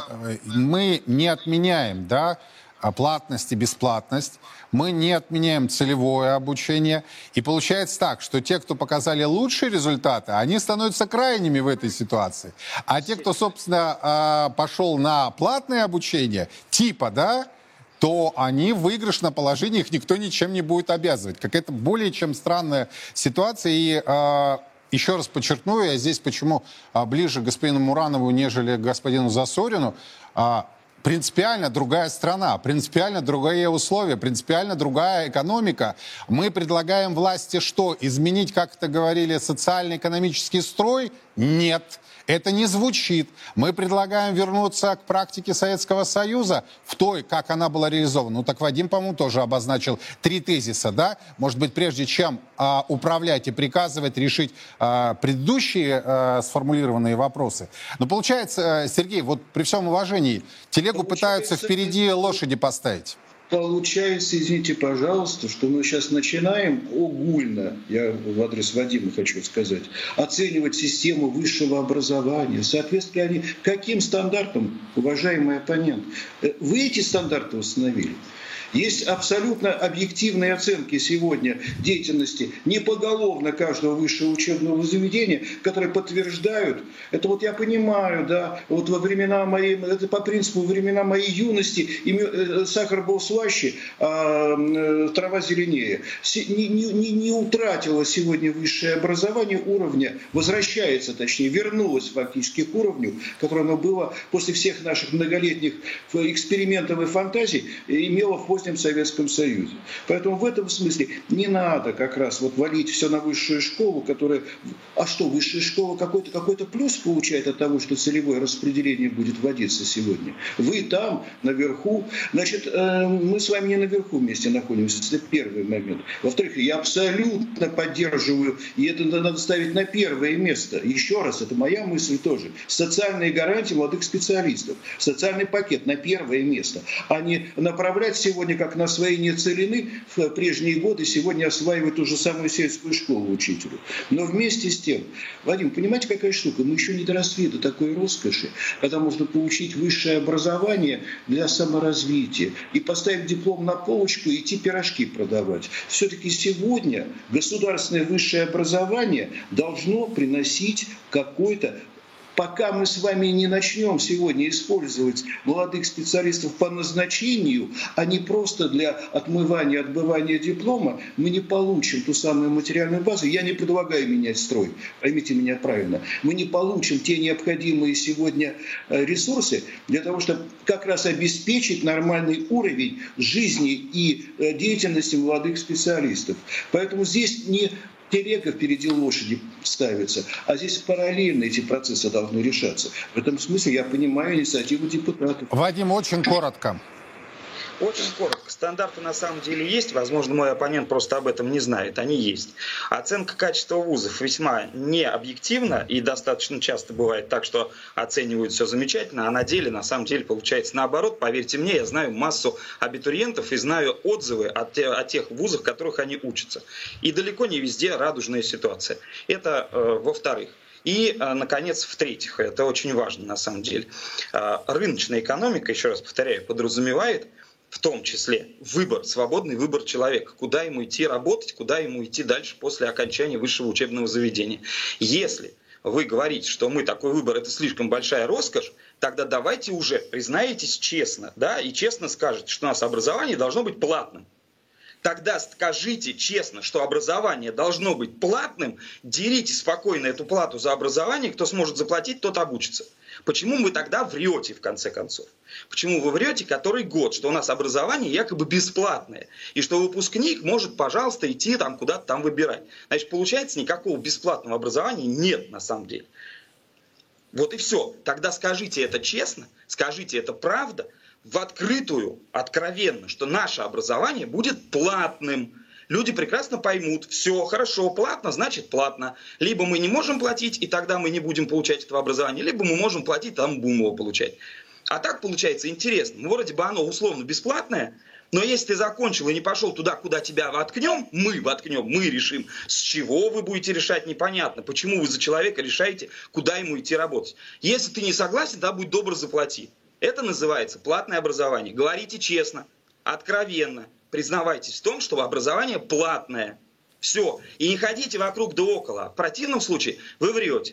мы не отменяем, да, платность и бесплатность, мы не отменяем целевое обучение. И получается так, что те, кто показали лучшие результаты, они становятся крайними в этой ситуации. А те, кто, собственно, э, пошел на платное обучение, типа, да, то они в выигрышном положении, их никто ничем не будет обязывать. Какая-то более чем странная ситуация. И э, еще раз подчеркну, я здесь почему э, ближе к господину Муранову, нежели к господину Засорину. Э, принципиально другая страна, принципиально другие условия, принципиально другая экономика. Мы предлагаем власти что? Изменить, как это говорили, социально-экономический строй? Нет. Это не звучит. Мы предлагаем вернуться к практике Советского Союза в той, как она была реализована. Ну так Вадим, по-моему, тоже обозначил три тезиса, да? Может быть, прежде чем а, управлять и приказывать, решить а, предыдущие а, сформулированные вопросы. Но получается, Сергей, вот при всем уважении, телегу получается, пытаются впереди лошади поставить. Получается, извините, пожалуйста, что мы сейчас начинаем огульно, я в адрес Вадима хочу сказать, оценивать систему высшего образования. Соответственно, они каким стандартам, уважаемый оппонент? Вы эти стандарты установили? Есть абсолютно объективные оценки сегодня деятельности не поголовно каждого высшего учебного заведения, которые подтверждают. Это вот я понимаю, да, вот во времена моей, это по принципу времена моей юности, сахар был слаще, а трава зеленее. Не, не, не утратило сегодня высшее образование уровня, возвращается, точнее, вернулось фактически к уровню, которое оно было после всех наших многолетних экспериментов и фантазий, имело в позднем Советском Союзе. Поэтому в этом смысле не надо как раз вот валить все на высшую школу, которая... А что, высшая школа какой-то какой-то плюс получает от того, что целевое распределение будет вводиться сегодня? Вы там, наверху. Значит, мы с вами не наверху вместе находимся. Это первый момент. Во-вторых, я абсолютно поддерживаю, и это надо ставить на первое место. Еще раз, это моя мысль тоже. Социальные гарантии молодых специалистов. Социальный пакет на первое место. А не направлять сегодня, как на освоение целины в прежние годы, сегодня осваивать ту же самую сельскую школу учителю. Но вместе с тем, Вадим, понимаете, какая штука? Мы еще не доросли до такой роскоши, когда можно получить высшее образование для саморазвития и поставить диплом на полочку и идти пирожки продавать. Все-таки сегодня государственное высшее образование должно приносить какой-то... Пока мы с вами не начнем сегодня использовать молодых специалистов по назначению, а не просто для отмывания, отбывания диплома, мы не получим ту самую материальную базу. Я не предлагаю менять строй, поймите меня правильно. Мы не получим те необходимые сегодня ресурсы для того, чтобы как раз обеспечить нормальный уровень жизни и деятельности молодых специалистов. Поэтому здесь не... телега впереди лошади ставится, а здесь параллельно эти процессы должны решаться. В этом смысле я понимаю инициативу депутатов. Вадим, очень коротко. Очень коротко. Стандарты на самом деле есть. Возможно, мой оппонент просто об этом не знает. Они есть. Оценка качества вузов весьма необъективна. И достаточно часто бывает так, что оценивают все замечательно, а на деле, на самом деле, получается наоборот. Поверьте мне, я знаю массу абитуриентов и знаю отзывы о, те, о тех вузах, в которых они учатся. И далеко не везде радужная ситуация. Это э, во-вторых. И, наконец, в-третьих, это очень важно на самом деле, рыночная экономика, еще раз повторяю, подразумевает в том числе выбор, свободный выбор человека, куда ему идти работать, куда ему идти дальше после окончания высшего учебного заведения. Если вы говорите, что мы такой выбор, это слишком большая роскошь, тогда давайте уже признаетесь честно, да, и честно скажете, что у нас образование должно быть платным. Тогда скажите честно, что образование должно быть платным, дерите спокойно эту плату за образование, кто сможет заплатить, тот обучится. Почему вы тогда врете, в конце концов? Почему вы врете который год, что у нас образование якобы бесплатное, и что выпускник может, пожалуйста, идти там куда-то там выбирать? Значит, получается, никакого бесплатного образования нет на самом деле. Вот и все. Тогда скажите это честно, скажите это правда, в открытую, откровенно, что наше образование будет платным. Люди прекрасно поймут, все хорошо, платно, значит платно. Либо мы не можем платить, и тогда мы не будем получать этого образования, либо мы можем платить, там будем его получать. А так получается интересно. Ну, вроде бы оно условно бесплатное, но если ты закончил и не пошел туда, куда тебя воткнем, мы воткнем, мы решим, с чего вы будете решать, непонятно. Почему вы за человека решаете, куда ему идти работать. Если ты не согласен, да, будь добр, заплати. Это называется платное образование. Говорите честно, откровенно. Признавайтесь в том, что образование платное. Все. И не ходите вокруг да около. В противном случае вы врете.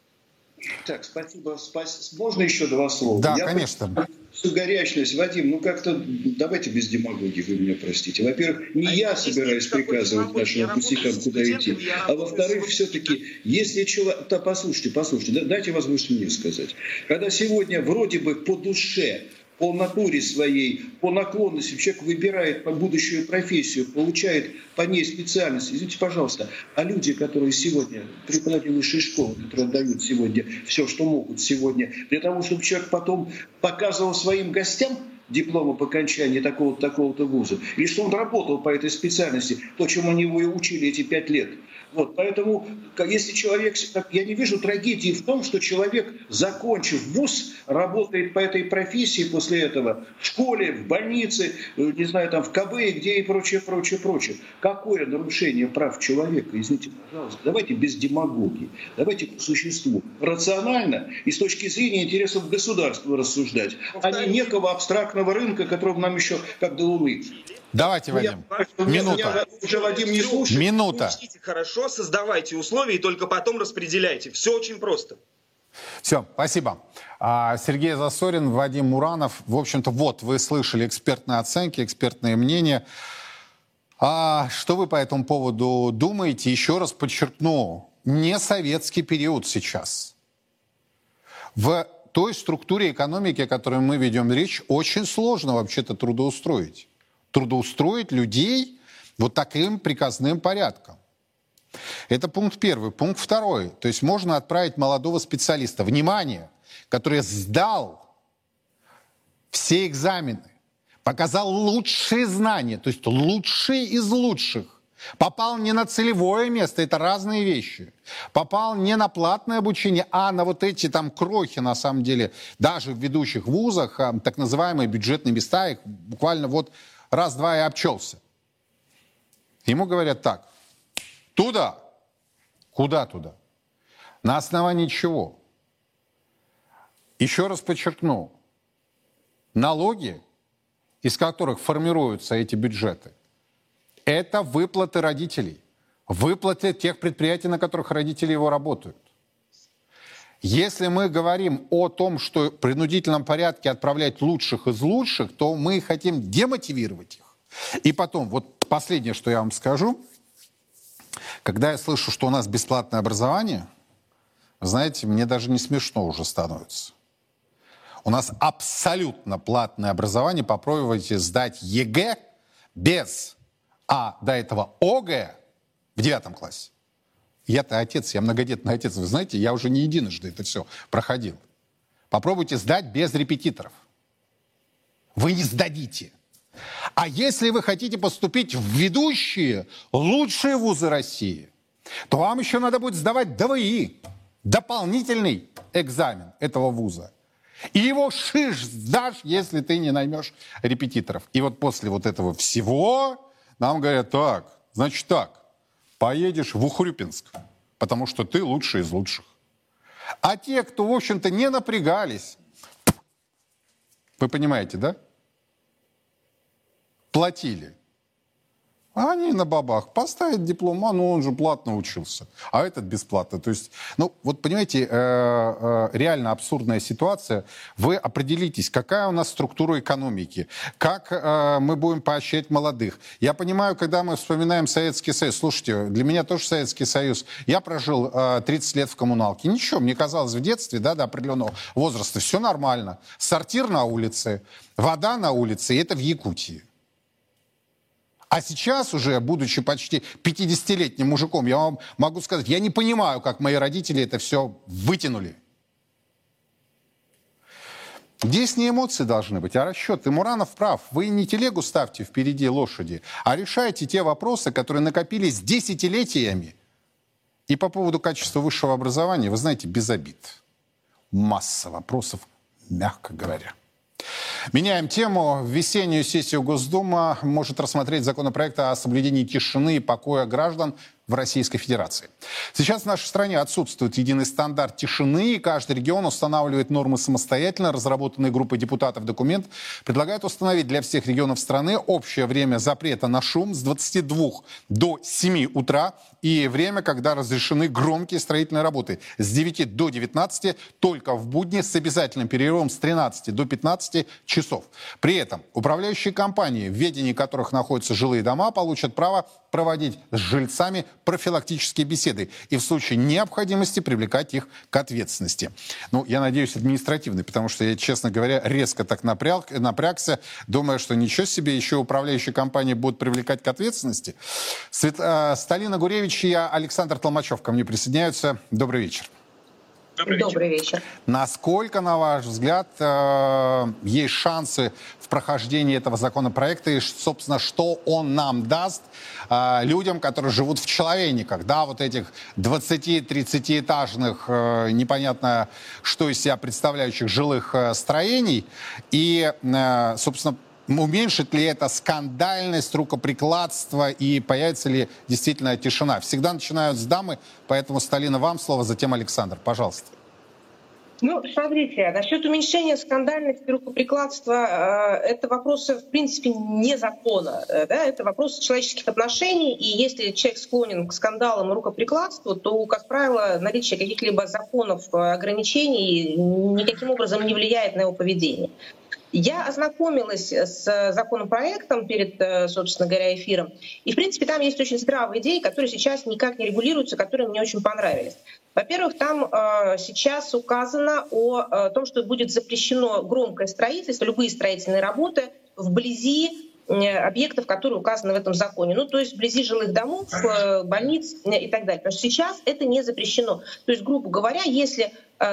Так, спасибо. спасибо. Можно еще два слова? Да, Я конечно. Всю горячность, Вадим, ну как-то давайте без демагогии, вы меня простите. Во-первых, не а я собираюсь приказывать нашим выпускникам, куда идти. А во-вторых, все-таки, если человек... Да, послушайте, послушайте, дайте возможность мне сказать. Когда сегодня вроде бы по душе по натуре своей, по наклонности. Человек выбирает по будущую профессию, получает по ней специальность. Извините, пожалуйста, а люди, которые сегодня, преподаватели высшей школы, которые дают сегодня все, что могут сегодня, для того, чтобы человек потом показывал своим гостям диплома по окончании такого-то такого-то вуза, или что он работал по этой специальности, то, чему они его и учили эти пять лет. Вот, поэтому, если человек, я не вижу трагедии в том, что человек, закончив вуз, работает по этой профессии после этого в школе, в больнице, не знаю, там в ка бэ, где и прочее, прочее, прочее. Какое нарушение прав человека? Извините, пожалуйста, давайте без демагогии, давайте по существу, рационально и с точки зрения интересов государства рассуждать, а не некого абстрактного рынка, которого нам еще как до Луны. Давайте, Вадим. Я, Минута. Меня уже Вадим не слушает. Минута. Учите хорошо, создавайте условия и только потом распределяйте. Все очень просто. Все, спасибо. Сергей Засорин, Вадим Муранов. В общем-то, вот, вы слышали экспертные оценки, экспертные мнения. А что вы по этому поводу думаете? Еще раз подчеркну, не советский период сейчас. В той структуре экономики, о которой мы ведем речь, очень сложно вообще-то трудоустроить. Трудоустроить людей вот таким приказным порядком. Это пункт первый. Пункт второй. То есть можно отправить молодого специалиста, внимание, который сдал все экзамены, показал лучшие знания, то есть лучшие из лучших. Попал не на целевое место, это разные вещи. Попал не на платное обучение, а на вот эти там крохи, на самом деле, даже в ведущих вузах, так называемые бюджетные места, их буквально вот раз-два и обчелся. Ему говорят так, туда. Куда туда? На основании чего? Еще раз подчеркну, налоги, из которых формируются эти бюджеты, это выплаты родителей, выплаты тех предприятий, на которых родители его работают. Если мы говорим о том, что в принудительном порядке отправлять лучших из лучших, то мы хотим демотивировать их. И потом, вот последнее, что я вам скажу, когда я слышу, что у нас бесплатное образование, знаете, мне даже не смешно уже становится. У нас абсолютно платное образование. Попробуйте сдать е гэ без, а до этого о гэ в девятом классе. Я-то отец, я многодетный отец. Вы знаете, я уже не единожды это все проходил. Попробуйте сдать без репетиторов. Вы не сдадите. А если вы хотите поступить в ведущие, лучшие вузы России, то вам еще надо будет сдавать дэ вэ и, дополнительный экзамен этого вуза. И его шиш сдашь, если ты не наймешь репетиторов. И вот после вот этого всего нам говорят, так, значит так, поедешь в Ухрюпинск, потому что ты лучший из лучших. А те, кто, в общем-то, не напрягались, вы понимаете, да? Платили. А они на бабах поставят диплом, а ну он же платно учился, а этот бесплатно. То есть, ну вот понимаете, э, э, реально абсурдная ситуация. Вы определитесь, какая у нас структура экономики, как э, мы будем поощрять молодых. Я понимаю, когда мы вспоминаем Советский Союз, слушайте, для меня тоже Советский Союз. Я прожил э, тридцать лет в коммуналке. Ничего, мне казалось в детстве, да, до определенного возраста, все нормально. Сортир на улице, вода на улице, и это в Якутии. А сейчас уже, будучи почти пятидесятилетним мужиком, я вам могу сказать, я не понимаю, как мои родители это все вытянули. Здесь не эмоции должны быть, а расчеты. Муранов прав. Вы не телегу ставьте впереди лошади, а решайте те вопросы, которые накопились десятилетиями. И по поводу качества высшего образования, вы знаете, без обид. Масса вопросов, мягко говоря. Меняем тему. В весеннюю сессию Госдума может рассмотреть законопроект о соблюдении тишины и покоя граждан в Российской Федерации. Сейчас в нашей стране отсутствует единый стандарт тишины, и каждый регион устанавливает нормы самостоятельно. Разработанный группой депутатов документ предлагает установить для всех регионов страны общее время запрета на шум с двадцати двух до семи утра и время, когда разрешены громкие строительные работы с девяти до девятнадцати, только в будни с обязательным перерывом с тринадцати до пятнадцати часов. При этом управляющие компании, в ведении которых находятся жилые дома, получат право проводить с жильцами профилактические беседы и в случае необходимости привлекать их к ответственности. Ну, я надеюсь, административной, потому что я, честно говоря, резко так напряг, напрягся, думая, что ничего себе, еще управляющие компании будут привлекать к ответственности. Свет... Сталина Гуревич и Александр Толмачев ко мне присоединяются. Добрый вечер. Добрый вечер. Добрый вечер. Насколько, на ваш взгляд, есть шансы в прохождении этого законопроекта и, собственно, что он нам даст людям, которые живут в человейниках, да, вот этих двадцати-тридцатиэтажных, непонятно что из себя представляющих жилых строений, и, собственно, уменьшит ли это скандальность, рукоприкладство и появится ли действительно тишина? Всегда начинают с дамы, поэтому, Сталина, вам слово, затем Александр. Пожалуйста. Ну, смотрите, насчет уменьшения скандальности, рукоприкладства, э, это вопросы, в принципе, не закона. Э, да, это вопросы человеческих отношений, и если человек склонен к скандалам и рукоприкладству, то, как правило, наличие каких-либо законов, ограничений никаким образом не влияет на его поведение. Я ознакомилась с законопроектом перед, собственно говоря, эфиром. И, в принципе, там есть очень здравые идеи, которые сейчас никак не регулируются, которые мне очень понравились. Во-первых, там э, сейчас указано о, о том, что будет запрещено громкое строительство, любые строительные работы вблизи объектов, которые указаны в этом законе. Ну, то есть вблизи жилых домов, больниц и так далее. Потому что сейчас это не запрещено. То есть, грубо говоря, если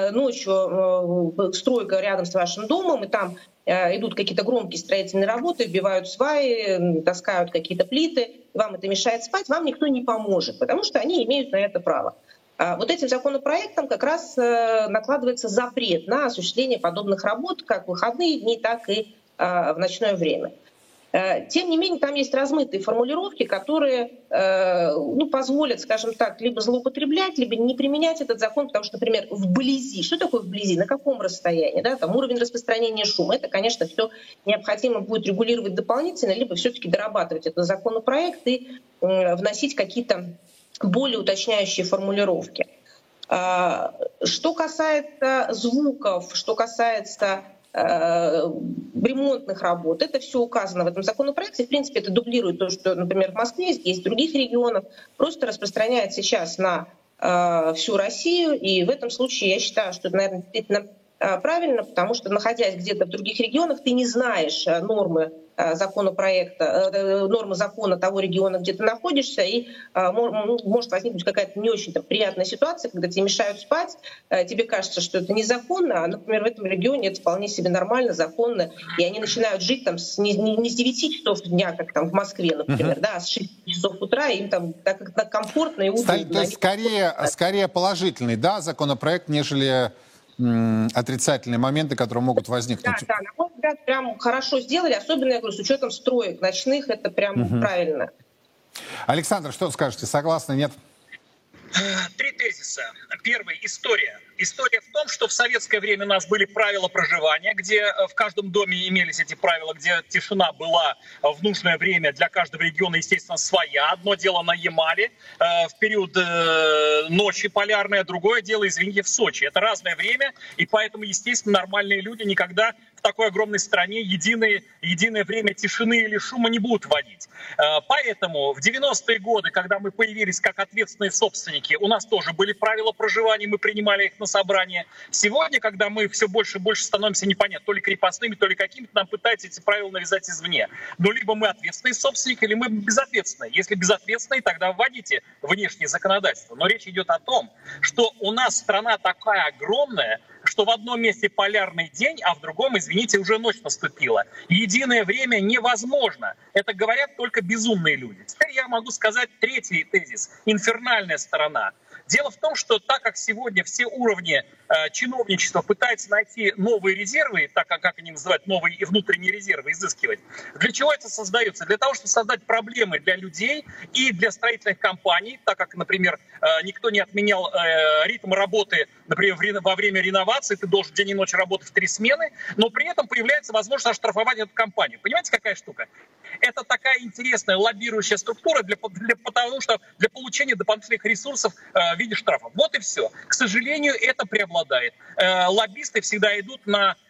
ночью стройка рядом с вашим домом, и там идут какие-то громкие строительные работы, вбивают сваи, таскают какие-то плиты, вам это мешает спать, вам никто не поможет, потому что они имеют на это право. Вот этим законопроектом как раз накладывается запрет на осуществление подобных работ как в выходные дни, так и в ночное время. Тем не менее, там есть размытые формулировки, которые ну, позволят, скажем так, либо злоупотреблять, либо не применять этот закон, потому что, например, вблизи. Что такое вблизи? На каком расстоянии? Да? Там уровень распространения шума. Это, конечно, все необходимо будет регулировать дополнительно, либо все-таки дорабатывать этот законопроект и вносить какие-то более уточняющие формулировки. Что касается звуков, что касается ремонтных работ. Это все указано в этом законопроекте. В принципе, это дублирует то, что, например, в Москве, есть в других регионах. Просто распространяет сейчас на э, всю Россию. И в этом случае я считаю, что это, наверное, действительно э, правильно, потому что, находясь где-то в других регионах, ты не знаешь э, нормы э, законопроекта, э, нормы закона того региона, где ты находишься, и э, может возникнуть какая-то не очень приятная ситуация, когда тебе мешают спать, э, тебе кажется, что это незаконно, а, например, в этом регионе это вполне себе нормально, законно, и они начинают жить там с, не, не с девяти часов дня, как там в Москве, например, uh-huh. да, а с шести часов утра, им там так как комфортно и удобно. Сталин, то есть скорее, скорее положительный, да, законопроект, нежели м, отрицательные моменты, которые могут возникнуть. Да, да, на мой взгляд, прям хорошо сделали, особенно, я говорю, с учетом строек ночных, это прям uh-huh. правильно. Александр, что скажете, согласны, нет? Три тезиса. Первый – история. История в том, что в советское время у нас были правила проживания, где в каждом доме имелись эти правила, где тишина была в нужное время для каждого региона, естественно, своя. Одно дело на Ямале э, в период э, ночи полярной, а другое дело, извините, в Сочи. Это разное время, и поэтому, естественно, нормальные люди никогда в такой огромной стране единое, единое время тишины или шума не будут вводить. Э, поэтому в девяностые годы, когда мы появились как ответственные собственники, у нас тоже были правила проживания, мы принимали их на собрание. Сегодня, когда мы все больше и больше становимся непонятно, то ли крепостными, то ли какими-то, нам пытаются эти правила навязать извне. Но либо мы ответственные собственники, или мы безответственные. Если безответственные, тогда вводите внешнее законодательство. Но речь идет о том, что у нас страна такая огромная, что в одном месте полярный день, а в другом, извините, уже ночь наступила. Единое время невозможно. Это говорят только безумные люди. Теперь я могу сказать третий тезис. Инфернальная сторона. Дело в том, что так как сегодня все уровни э, чиновничества пытаются найти новые резервы, так как, как они называют, новые и внутренние резервы, изыскивать, для чего это создается? Для того, чтобы создать проблемы для людей и для строительных компаний, так как, например, э, никто не отменял э, ритм работы, например, во время реновации, ты должен день и ночь работать в три смены, но при этом появляется возможность оштрафовать эту компанию. Понимаете, какая штука? Это такая интересная лоббирующая структура для, для, потому что для получения дополнительных ресурсов э, в виде штрафов. Вот и все. К сожалению, это преобладает. Э, лоббисты всегда идут на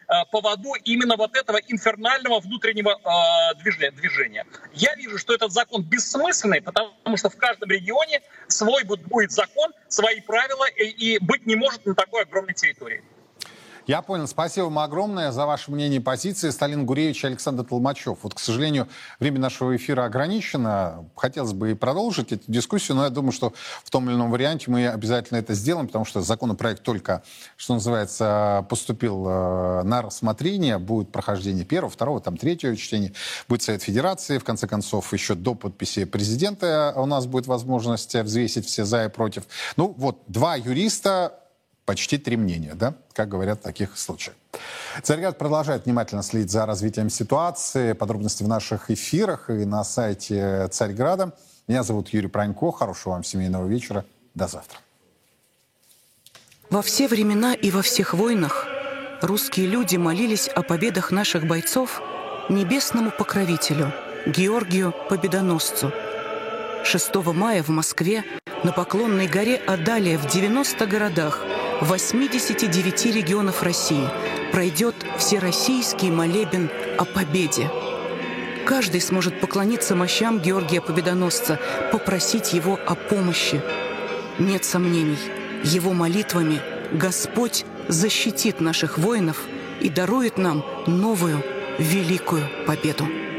поводу именно вот этого инфернального внутреннего движения. Я вижу, что этот закон бессмысленный, потому что в каждом регионе свой будет закон, свои правила, и быть не может на такой огромной территории. Я понял. Спасибо вам огромное за ваше мнение и позиции. Сталин Гуревич и Александр Толмачев. Вот, к сожалению, время нашего эфира ограничено. Хотелось бы и продолжить эту дискуссию, но я думаю, что в том или ином варианте мы обязательно это сделаем, потому что законопроект только, что называется, поступил на рассмотрение. Будет прохождение первого, второго, там, третьего чтения. Будет Совет Федерации. В конце концов, еще до подписи президента у нас будет возможность взвесить все за и против. Ну, вот, два юриста... Почти три мнения, да, как говорят в таких случаях. Царьград продолжает внимательно следить за развитием ситуации. Подробности в наших эфирах и на сайте Царьграда. Меня зовут Юрий Пронько. Хорошего вам семейного вечера. До завтра. Во все времена и во всех войнах русские люди молились о победах наших бойцов небесному покровителю, Георгию Победоносцу. шестого мая в Москве на Поклонной горе, а далее в девяноста городах восьмидесяти девяти регионов России пройдет всероссийский молебен о победе. Каждый сможет поклониться мощам Георгия Победоносца, попросить его о помощи. Нет сомнений, его молитвами Господь защитит наших воинов и дарует нам новую великую победу.